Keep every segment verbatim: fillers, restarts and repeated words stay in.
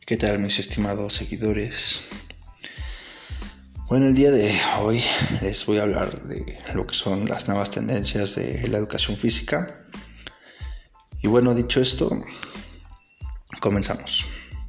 ¿Qué tal, mis estimados seguidores? Bueno, el día de hoy les voy a hablar de lo que son las nuevas tendencias de la educación física. Y bueno, dicho esto, comenzamos.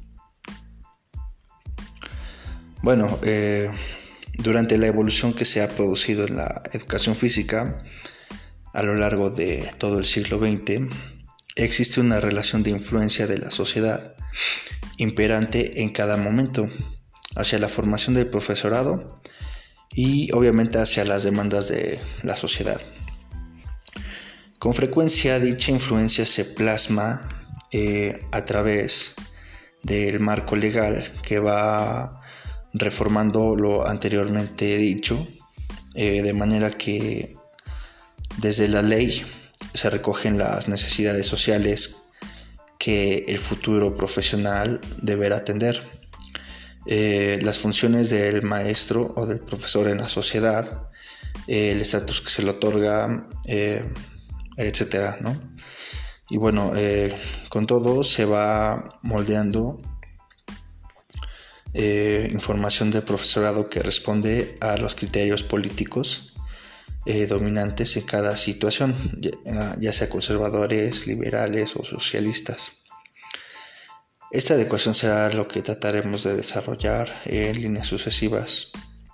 Bueno, eh, durante la evolución que se ha producido en la educación física a lo largo de todo el siglo veinte, existe una relación de influencia de la sociedad imperante en cada momento hacia la formación del profesorado y obviamente hacia las demandas de la sociedad. Con frecuencia dicha influencia se plasma eh, a través del marco legal que va reformando lo anteriormente dicho, eh, de manera que desde la ley se recogen las necesidades sociales que el futuro profesional deberá atender. Eh, las funciones del maestro o del profesor en la sociedad, eh, el estatus que se le otorga, eh, etcétera, ¿no? Y bueno, eh, con todo se va moldeando eh, información del profesorado que responde a los criterios políticos eh, dominantes en cada situación, ya, ya sea conservadores, liberales o socialistas. Esta adecuación será lo que trataremos de desarrollar en líneas sucesivas,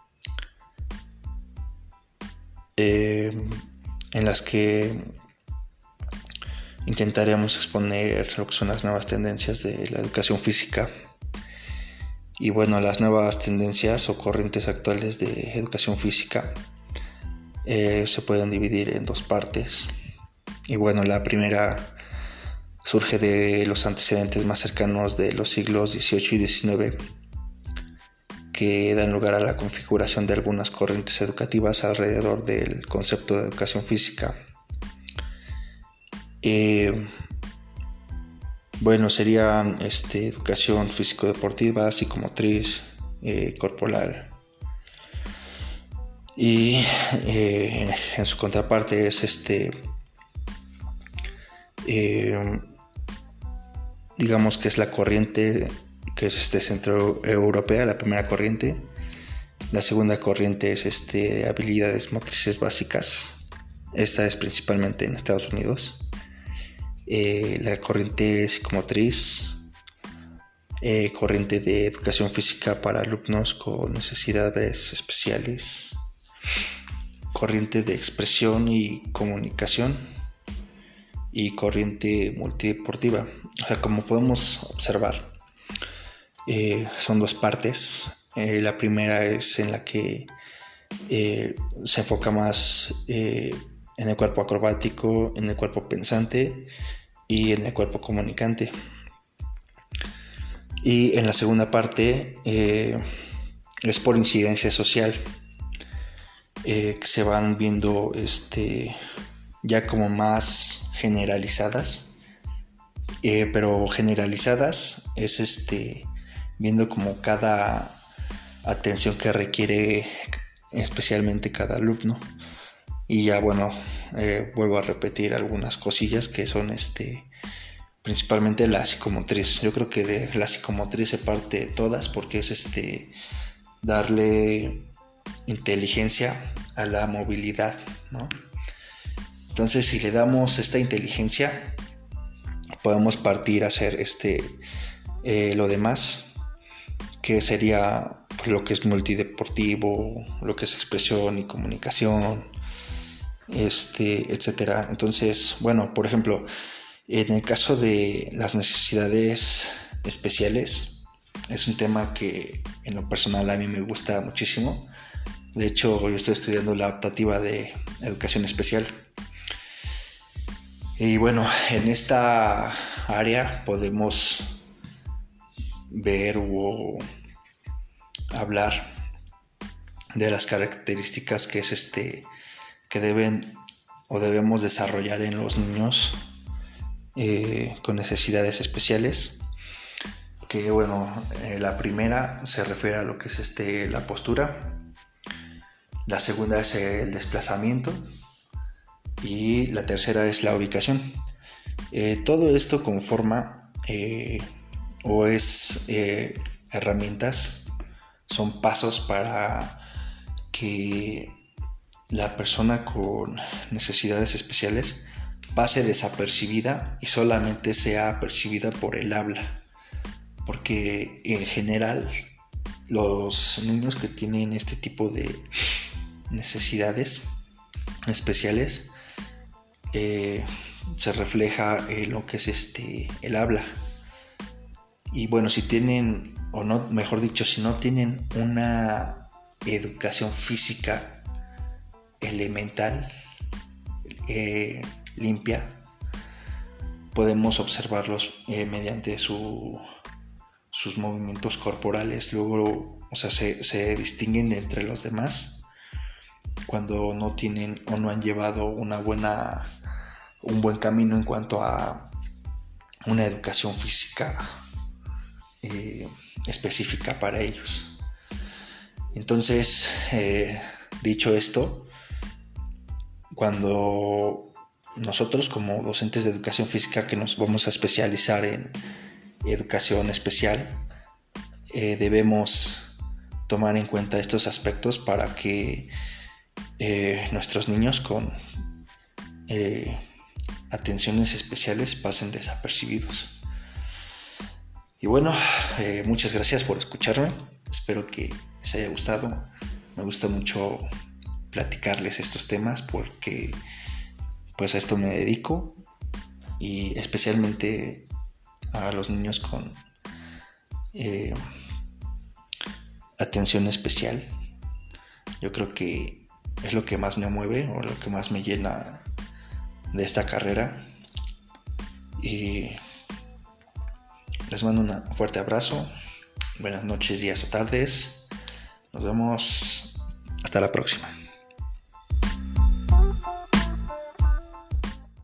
eh, en las que intentaremos exponer lo que son las nuevas tendencias de la educación física. Y bueno, las nuevas tendencias o corrientes actuales de educación física eh, se pueden dividir en dos partes. Y bueno, la primera surge de los antecedentes más cercanos de los siglos dieciocho y diecinueve, que dan lugar a la configuración de algunas corrientes educativas alrededor del concepto de educación física. Eh, bueno, serían este, educación físico-deportiva, psicomotriz, eh, corporal. Y eh, en su contraparte es este... Eh, digamos que es la corriente que es este centroeuropea, la primera corriente. La segunda corriente es este de habilidades motrices básicas. Esta es principalmente en Estados Unidos. Eh, la corriente psicomotriz, eh, corriente de educación física para alumnos con necesidades especiales, corriente de expresión y comunicación y corriente multideportiva. O sea, como podemos observar, eh, son dos partes. Eh, la primera es en la que eh, se enfoca más eh, en el cuerpo acrobático, en el cuerpo pensante y en el cuerpo comunicante. Y en la segunda parte eh, es por incidencia social, eh, que se van viendo este, ya como más generalizadas, eh, pero generalizadas es este viendo como cada atención que requiere especialmente cada alumno. Y ya bueno, eh, vuelvo a repetir algunas cosillas que son este principalmente la psicomotriz. Yo creo que de la psicomotriz se parte de todas, porque es este darle inteligencia a la movilidad, ¿no? Entonces, si le damos esta inteligencia, podemos partir a hacer este, eh, lo demás, que sería pues, lo que es multideportivo, lo que es expresión y comunicación, este, etcétera. Entonces, bueno, por ejemplo, en el caso de las necesidades especiales, es un tema que en lo personal a mí me gusta muchísimo. De hecho, yo estoy estudiando la optativa de educación especial. Y bueno, en esta área podemos ver o hablar de las características que es este que deben o debemos desarrollar en los niños eh, con necesidades especiales. Que bueno, eh, la primera se refiere a lo que es este la postura, la segunda es el desplazamiento y la tercera es la ubicación. Eh, todo esto conforma eh, o es eh, herramientas, son pasos para que la persona con necesidades especiales pase desapercibida y solamente sea percibida por el habla, porque en general los niños que tienen este tipo de necesidades especiales eh, se refleja en lo que es este el habla. Y bueno, si tienen, o no, mejor dicho, si no tienen una educación física elemental, eh, limpia, podemos observarlos eh, mediante su, sus movimientos corporales. Luego, o sea, se, se distinguen de entre los demás cuando no tienen o no han llevado una buena, un buen camino en cuanto a una educación física eh, específica para ellos. Entonces, eh, dicho esto, cuando nosotros como docentes de educación física que nos vamos a especializar en educación especial, eh, debemos tomar en cuenta estos aspectos para que eh, nuestros niños con eh, atenciones especiales pasen desapercibidos. Y bueno, eh, muchas gracias por escucharme. Espero que les haya gustado. Me gusta mucho platicarles estos temas porque pues a esto me dedico, y especialmente a los niños con eh, atención especial. Yo creo que es lo que más me mueve o lo que más me llena de esta carrera. Y les mando un fuerte abrazo. Buenas noches, días o tardes. Nos vemos. Hasta la próxima.